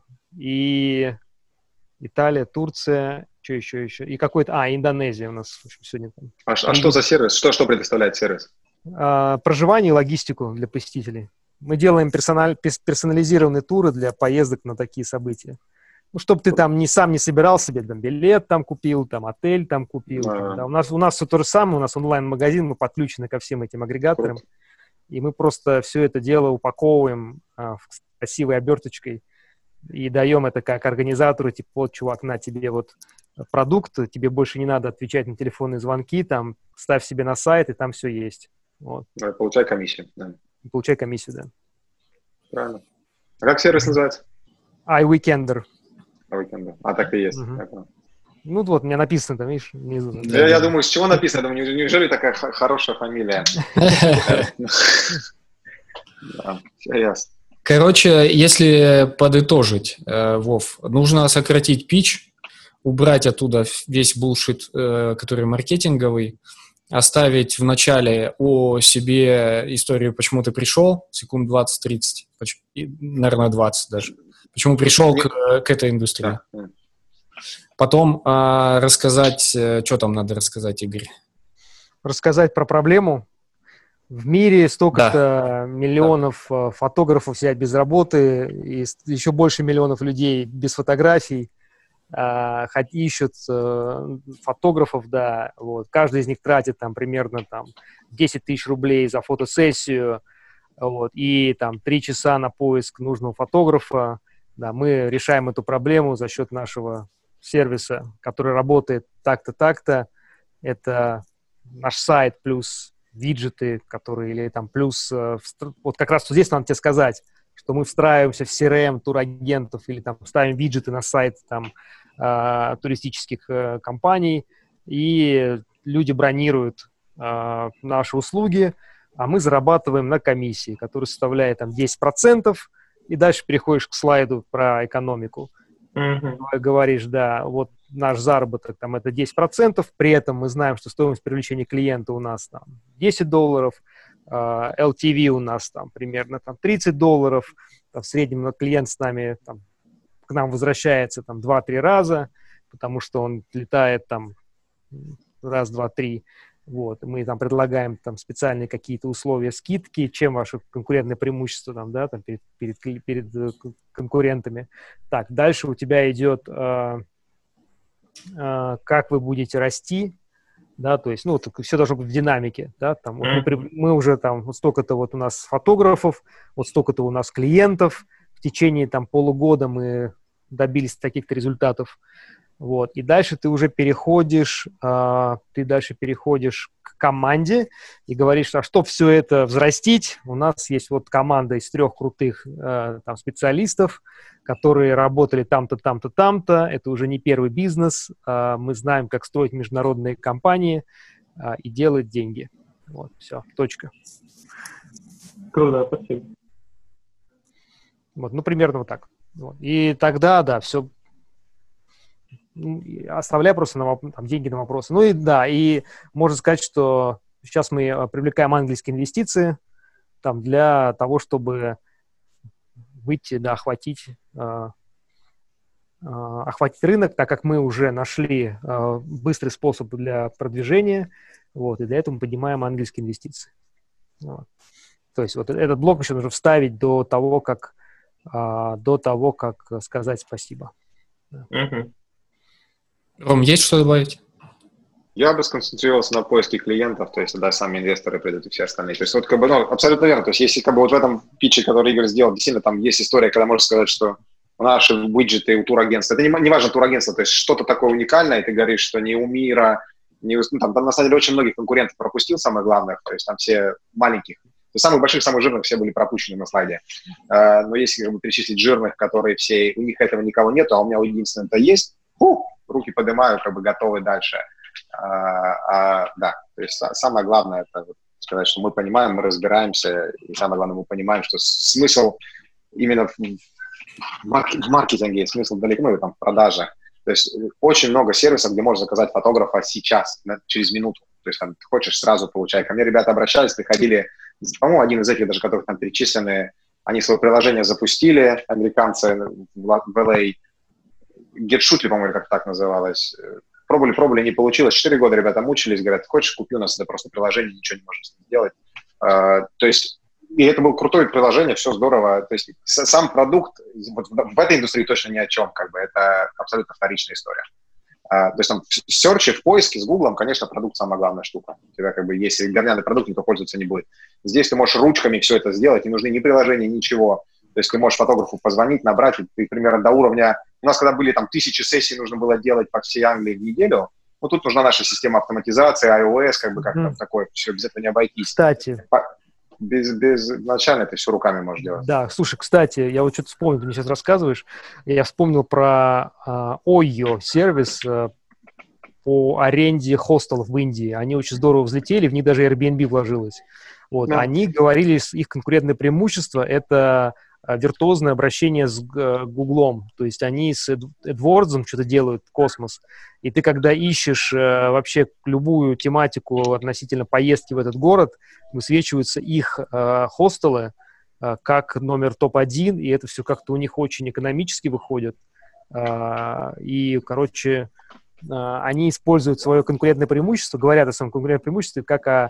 и Италия, Турция, что еще, еще? И какой-то, а, Индонезия у нас в общем, сегодня там. А, а что за сервис? Что, что предоставляет сервис? А, проживание и логистику для посетителей. Мы делаем персональ... персонализированные туры для поездок на такие события. Ну, чтобы ты там не сам не собирал себе там билет там купил, там отель там купил. А. Там, да. У нас у нас все то же самое, у нас онлайн-магазин, мы подключены ко всем этим агрегаторам, Круто. И мы просто все это дело упаковываем а, в красивой оберточкой и даем это как организатору, типа, вот, чувак, на тебе вот продукт, тебе больше не надо отвечать на телефонные звонки, там, ставь себе на сайт, и там все есть. Вот. Да, получай комиссию. Да. Получай комиссию, да. Правильно. А как сервис называется? iWeekender. iWeekender. А, так и есть. Угу. Ну, вот, у меня написано там, видишь, внизу. Я, я думаю, с чего написано? Я думаю, неужели такая хорошая фамилия? Да, все ясно. Короче, если подытожить, э, Вов, нужно сократить питч, убрать оттуда весь булшит, э, который маркетинговый, оставить в начале о себе историю, почему ты пришел, секунд двадцать-тридцать, наверное, двадцать даже, почему пришел к, к этой индустрии. Потом э, рассказать, э, что там надо рассказать, Игорь? Рассказать про проблему. В мире столько-то да. миллионов да. фотографов сидят без работы, и еще больше миллионов людей без фотографий, э, хоть ищут э, фотографов, да, вот. Каждый из них тратит там примерно там, десять тысяч рублей за фотосессию, вот, и там три часа на поиск нужного фотографа. Да, мы решаем эту проблему за счет нашего сервиса, который работает так-то, так-то. Это наш сайт плюс виджеты, которые, или там плюс, э, встр... вот как раз вот здесь надо тебе сказать, что мы встраиваемся в си эр эм турагентов или там ставим виджеты на сайт там э, туристических э, компаний, и люди бронируют э, наши услуги. а мы зарабатываем на комиссии, которая составляет там десять процентов, и дальше переходишь к слайду про экономику. Mm-hmm. Говоришь, да, вот наш заработок там это десять процентов, при этом мы знаем, что стоимость привлечения клиента у нас там десять долларов, эл ти ви у нас там примерно там тридцать долларов, там, в среднем клиент с нами там, к нам возвращается там два-три раза, потому что он летает там раз, два, три. Вот, мы там предлагаем там специальные какие-то условия скидки, чем ваше конкурентное преимущество там, да, там, перед, перед, перед конкурентами. Так, дальше у тебя идет, э, э, как вы будете расти, да, то есть, ну, вот, все должно быть в динамике, да, там, вот мы, мы уже там, вот столько-то вот у нас фотографов, вот столько-то у нас клиентов, в течение там полугода мы добились таких-то результатов. Вот. И дальше ты уже переходишь, э, ты дальше переходишь к команде и говоришь, а чтобы все это взрастить, у нас есть вот команда из трех крутых э, там, специалистов, которые работали там-то, там-то, там-то. Это уже не первый бизнес. Э, мы знаем, как строить международные компании э, и делать деньги. Вот, все, точка. Круто, спасибо. Вот, ну, примерно вот так. Вот. И тогда, да, все... Оставляй просто на, там, деньги на вопросы. Ну и да, и можно сказать, что сейчас мы привлекаем ангельские инвестиции там, для того, чтобы выйти, да, охватить, э, э, охватить рынок, так как мы уже нашли э, быстрый способ для продвижения, вот, и для этого мы поднимаем ангельские инвестиции. Вот. То есть вот этот блок еще нужно вставить до того, как, э, до того, как сказать спасибо. Mm-hmm. Ром, есть что добавить? Я бы сконцентрировался на поиске клиентов, то есть тогда сами инвесторы придут и все остальные. То есть вот как бы, ну, абсолютно верно. То есть если как бы вот в этом питче, который Игорь сделал, действительно там есть история, когда можно сказать, что наши виджеты у турагентства, это не, не важно турагентство, то есть что-то такое уникальное, и ты говоришь, что не у мира, не у, ну, там, там на самом деле очень многих конкурентов пропустил, самое главное, то есть там все маленьких. То есть самых больших, самых жирных все были пропущены на слайде. Uh, но если как бы перечислить жирных, которые все, у них этого никого нету, а у меня единственное это есть, фу, руки поднимаю, как бы готовы дальше. А, а, да, то есть самое главное это сказать, что мы понимаем, мы разбираемся, и самое главное, мы понимаем, что смысл именно в, в маркетинге, смысл далеко, ну, там, в продаже. То есть очень много сервисов, где можно заказать фотографа сейчас, через минуту. То есть там, ты хочешь, сразу получай. Ко мне ребята обращались, приходили, по-моему, один из этих даже, которых там перечислены, они свое приложение запустили, американцы в эл эй, GetShootly, по-моему, как так называлось. Пробовали, пробовали, не получилось. Четыре года ребята мучились, говорят, хочешь, купи у нас это просто приложение, ничего не можешь с ним сделать. Uh, то есть, и это было крутое приложение, все здорово. То есть, сам продукт вот в этой индустрии точно ни о чем, как бы, это абсолютно вторичная история. Uh, то есть, там, в серче, в поиске с Гуглом, конечно, продукт самая главная штука. У тебя, как бы, если говняный продукт, никто пользоваться не будет. Здесь ты можешь ручками все это сделать, не нужны ни приложения, ничего. То есть, ты можешь фотографу позвонить, набрать, и ты примерно до уровня... У нас, когда были там тысячи сессий, нужно было делать по всей Англии в неделю. Ну, тут нужна наша система автоматизации, iOS, как бы как mm. такое, все без этого не обойтись. Кстати. Без, без изначально ты все руками можешь делать. Да, слушай, кстати, я вот что-то вспомнил, ты мне сейчас рассказываешь. Я вспомнил про uh, Oyo сервис uh, по аренде хостелов в Индии. Они очень здорово взлетели, в них даже Airbnb вложилось. Вот. Yeah. Они говорили, их конкурентное преимущество – это виртуозное обращение с Гуглом. То есть они с AdWords что-то делают, космос. И ты, когда ищешь э, вообще любую тематику относительно поездки в этот город, высвечиваются их э, хостелы э, как номер топ один, и это все как-то у них очень экономически выходит. Э, и, короче, э, они используют свое конкурентное преимущество, говорят о своем конкурентном преимуществе, как о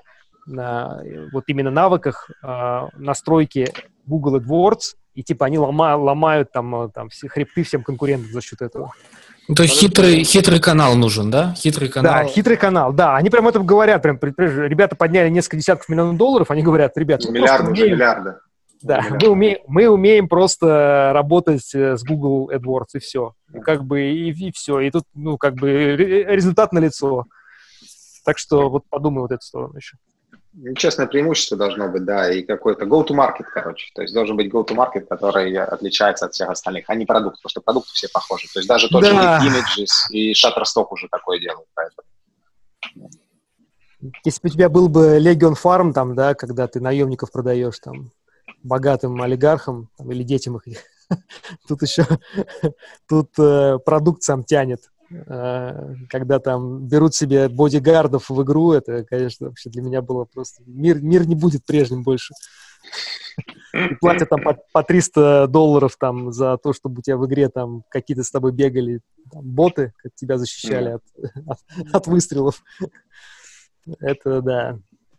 э, вот именно навыках э, настройки Google AdWords, и типа они лома, ломают там, там все хребты всем конкурентам за счет этого. Ну, то есть хитрый, хитрый канал нужен, да? Хитрый канал. Да, хитрый канал, да. Они прям это говорят, прям, ребята подняли несколько десятков миллионов долларов, они говорят, ребята, миллиарды, уже миллиарды. Да, миллиарды. Мы, умеем, мы умеем просто работать с Google AdWords, и все. И как бы, и, и все. И тут, ну, как бы, результат налицо. Так что вот подумай вот эту сторону еще. Честное преимущество должно быть, да, и какой-то go-to-market, короче. То есть должен быть go-to-market, который отличается от всех остальных, а не продукт, потому что продукты все похожи. То есть даже тот да. же Images и Shutterstock уже такое делают, поэтому. Если бы у тебя был бы Legion Farm, там, да, когда ты наемников продаешь там богатым олигархам там, или детям их, тут еще тут э, продукт сам тянет. Э, когда там берут себе бодигардов в игру, это, конечно, вообще для меня было просто... Мир, мир не будет прежним больше. И платят там по, по триста долларов там за то, чтобы у тебя в игре там какие-то с тобой бегали там, боты, как тебя защищали от, от, от выстрелов. Это да.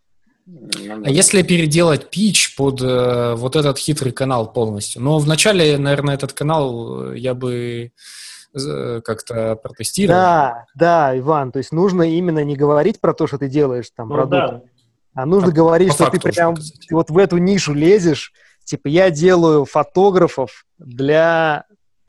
А если переделать пич под э, вот этот хитрый канал полностью? Но вначале, наверное, этот канал я бы э, как-то протестировал. Да, да, Иван, то есть нужно именно не говорить про то, что ты делаешь там Ну, продукт, да. а нужно А говорить, по что ты факту прям что сказать. ты вот в эту нишу лезешь. Типа я делаю фотографов для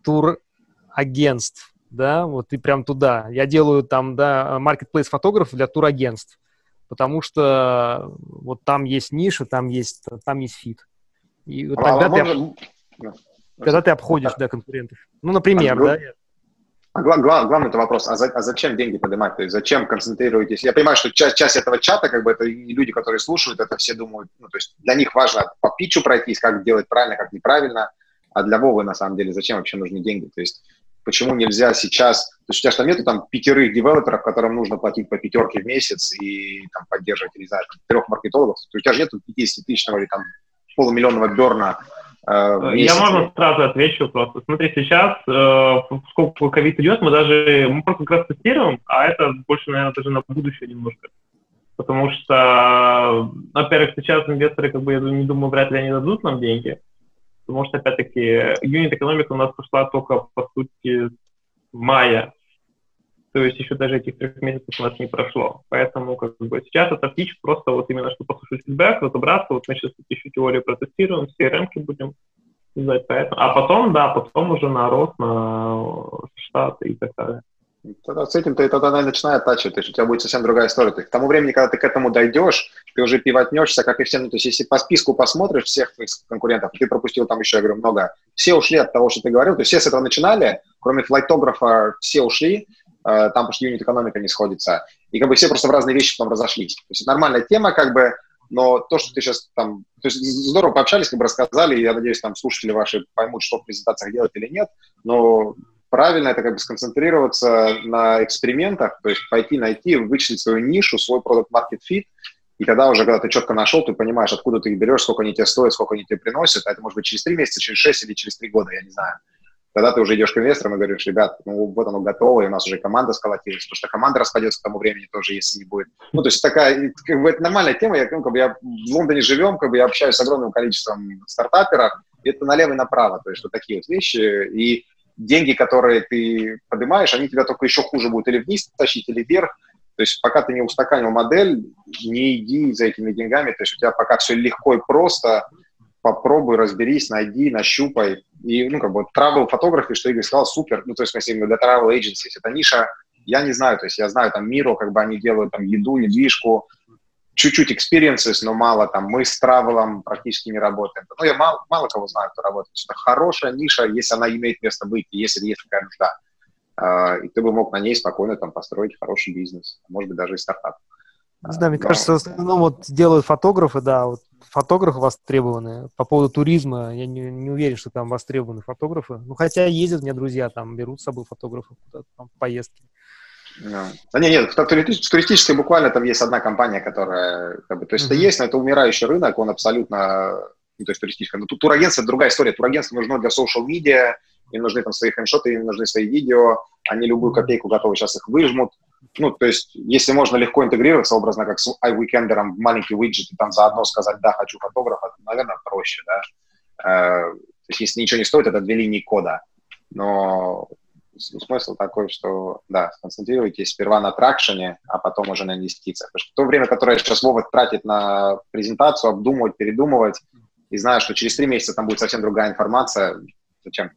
турагентств, да, вот ты прям туда. Я делаю там, да, marketplace фотографов для турагентств, потому что вот там есть ниша, там есть, там есть фит. И вот А, тогда, а ты, можно- тогда ты обходишь, да, конкурентов. Ну, например, А, да. А гла- гла- главный это вопрос, а, за- а зачем деньги поднимать? То есть зачем концентрируетесь? Я понимаю, что часть, часть этого чата, как бы это и люди, которые слушают, это все думают, ну, то есть для них важно по питчу пройтись, как делать правильно, как неправильно, а для Вовы, на самом деле, зачем вообще нужны деньги? То есть почему нельзя сейчас... То есть у тебя же там нету там пятерых девелоперов, которым нужно платить по пятерке в месяц и там поддерживать, не знаю, там, трех маркетологов. То есть у тебя же нету пятидесятитысячного или там полумиллионного берна. Я, можно, сразу отвечу просто. Смотри, сейчас, э, сколько ковид идет, мы даже, мы просто как раз тестируем, а это больше, наверное, даже на будущее немножко. Потому что, во-первых, сейчас инвесторы, как бы, я не думаю, вряд ли они дадут нам деньги. Потому что, опять-таки, юнит-экономика у нас пошла только, по сути, в мае. То есть еще даже этих трех месяцев у нас не прошло. Поэтому, как бы, сейчас это пич просто вот именно, чтобы послушать фидбэк, разобраться. Вот мы сейчас еще теорию протестируем, си эр эм-ки будем создать. Поэтому. А потом, да, потом уже на рост, на штаты и так далее. Тогда с этим ты тогда начинает тачить, то есть у тебя будет совсем другая история. То есть к тому времени, когда ты к этому дойдешь, ты уже пивотнешься, как и все. Ну, то есть если по списку посмотришь всех твоих конкурентов, ты пропустил там еще, я говорю, много. Все ушли от того, что ты говорил. То есть все с этого начинали, кроме флайтографа, все ушли. Там, потому что юнит-экономика не сходится. И как бы все просто в разные вещи потом разошлись. То есть это нормальная тема, как бы, но то, что ты сейчас там... То есть здорово пообщались, как бы рассказали, и я надеюсь, там слушатели ваши поймут, что в презентациях делать или нет, но правильно это как бы сконцентрироваться на экспериментах, то есть пойти найти, вычислить свою нишу, свой product market fit, и тогда уже, когда ты четко нашел, ты понимаешь, откуда ты их берешь, сколько они тебе стоят, сколько они тебе приносят, а это может быть через три месяца, через шесть или через три года, я не знаю. Тогда ты уже идешь к инвесторам и говоришь, ребят, ну вот оно готово, и у нас уже команда сколотилась, потому что команда распадется к тому времени тоже, если не будет. Ну, то есть такая, как бы, это нормальная тема, я, ну, как бы, я в Лондоне живем, как бы, я общаюсь с огромным количеством стартаперов, и это налево и направо, то есть вот такие вот вещи, и деньги, которые ты поднимаешь, они тебя только еще хуже будут или вниз тащить, или вверх, то есть пока ты не устаканил модель, не иди за этими деньгами, то есть у тебя пока все легко и просто, попробуй, разберись, найди, нащупай. И, ну, как бы, travel photography, что Игорь сказал, супер. Ну, то есть, в смысле, для travel agencies. Это ниша, я не знаю, то есть, я знаю, там, Miro, как бы, они делают, там, еду, недвижку, чуть-чуть experiences, но мало, там, мы с travel практически не работаем. Ну, я мало, мало кого знаю, кто работает. Это хорошая ниша, если она имеет место быть, если есть такая нужда. Uh, и ты бы мог на ней спокойно, там, построить хороший бизнес, может быть, даже и стартап. Не знаю, мне Но... кажется, в основном вот делают фотографы, да, вот фотографы востребованы. По поводу туризма я не, не уверен, что там востребованы фотографы. Ну, хотя ездят у меня друзья, там, берут с собой фотографов куда-то там в поездки. Yeah. Да нет, нет, в туристической буквально там есть одна компания, которая, как бы, то есть mm-hmm. это есть, но это умирающий рынок, он абсолютно, ну, то есть туристический. Но тут турагентство — это другая история. Турагентство нужно для social media, им нужны там свои хендшоты, им нужны свои видео, они любую копейку готовы сейчас их выжмут. Ну, то есть, если можно легко интегрироваться, образно, как с iWeekender, в маленький виджет, и там заодно сказать, да, хочу фотографа, это, наверное, проще, да. Э, то есть, если ничего не стоит, это две линии кода. Но смысл такой, что, да, сконцентрируйтесь сперва на тракшене, а потом уже на инвестициях. Потому что то время, которое сейчас Вова тратит на презентацию, обдумывать, передумывать, и зная, что через три месяца там будет совсем другая информация, зачем?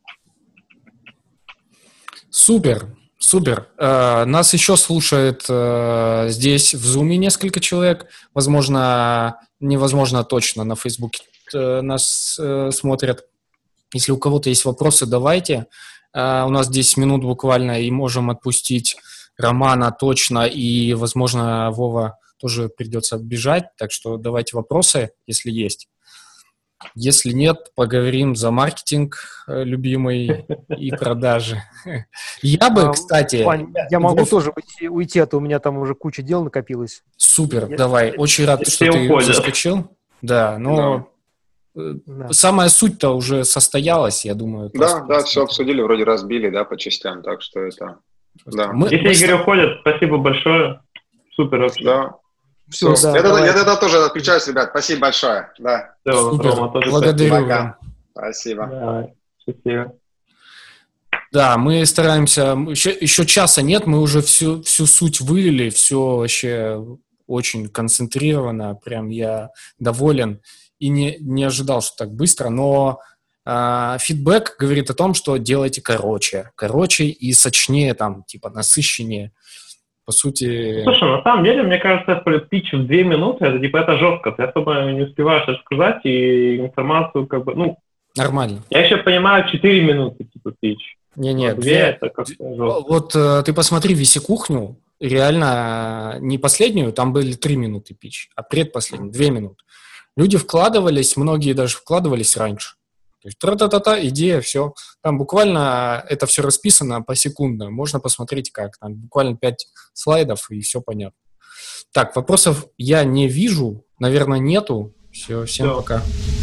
Супер. Супер. Uh, нас еще слушает uh, здесь в Zoom несколько человек. Возможно, невозможно точно, на Фейсбуке uh, нас uh, смотрят. Если у кого-то есть вопросы, давайте. Uh, у нас десять минут буквально, и можем отпустить Романа точно, и, возможно, Вова тоже придется бежать, так что давайте вопросы, если есть. Если нет, поговорим за маркетинг, любимый, и продажи. Я бы, кстати... Вань, я могу тоже уйти, уйти, а то у меня там уже куча дел накопилось. Супер, давай. Очень рад, что ты заскочил. Да, но... Да. Самая суть-то уже состоялась, я думаю. Да, да, все обсудили, вроде разбили, да, по частям, так что это... Да. Мы, Если мы... Игорь уходит, спасибо большое. Супер вообще. Да. Все, Все, да, я, я тогда тоже отключаюсь, ребят. Спасибо большое. Да. Все, Супер. Рома, тоже благодарю. Пока. Спасибо. Давай. Спасибо. Да, мы стараемся... Еще, еще часа нет, мы уже всю, всю суть вылили, все вообще очень концентрировано, прям я доволен. И не, не ожидал, что так быстро, но э, фидбэк говорит о том, что делайте короче. Короче и сочнее, там, типа, насыщеннее. По сути... Слушай, на самом деле, мне кажется, пич в две минуты, это, типа, это жестко. Ты особо не успеваешь рассказать, и информацию, как бы, ну... Нормально. Я еще понимаю, четыре минуты, типа, пич. Не-не, две... это как-то жестко. Вот э, ты посмотри «Висекухню», реально не последнюю, там были три минуты пич, а предпоследнюю, две минуты. Люди вкладывались, многие даже вкладывались раньше. То есть тра-та-та-та, идея, все. Там буквально это все расписано посекундно. Можно посмотреть как. Там буквально пять слайдов, и все понятно. Так, вопросов я не вижу. Наверное, нету. Все, всем все. Пока.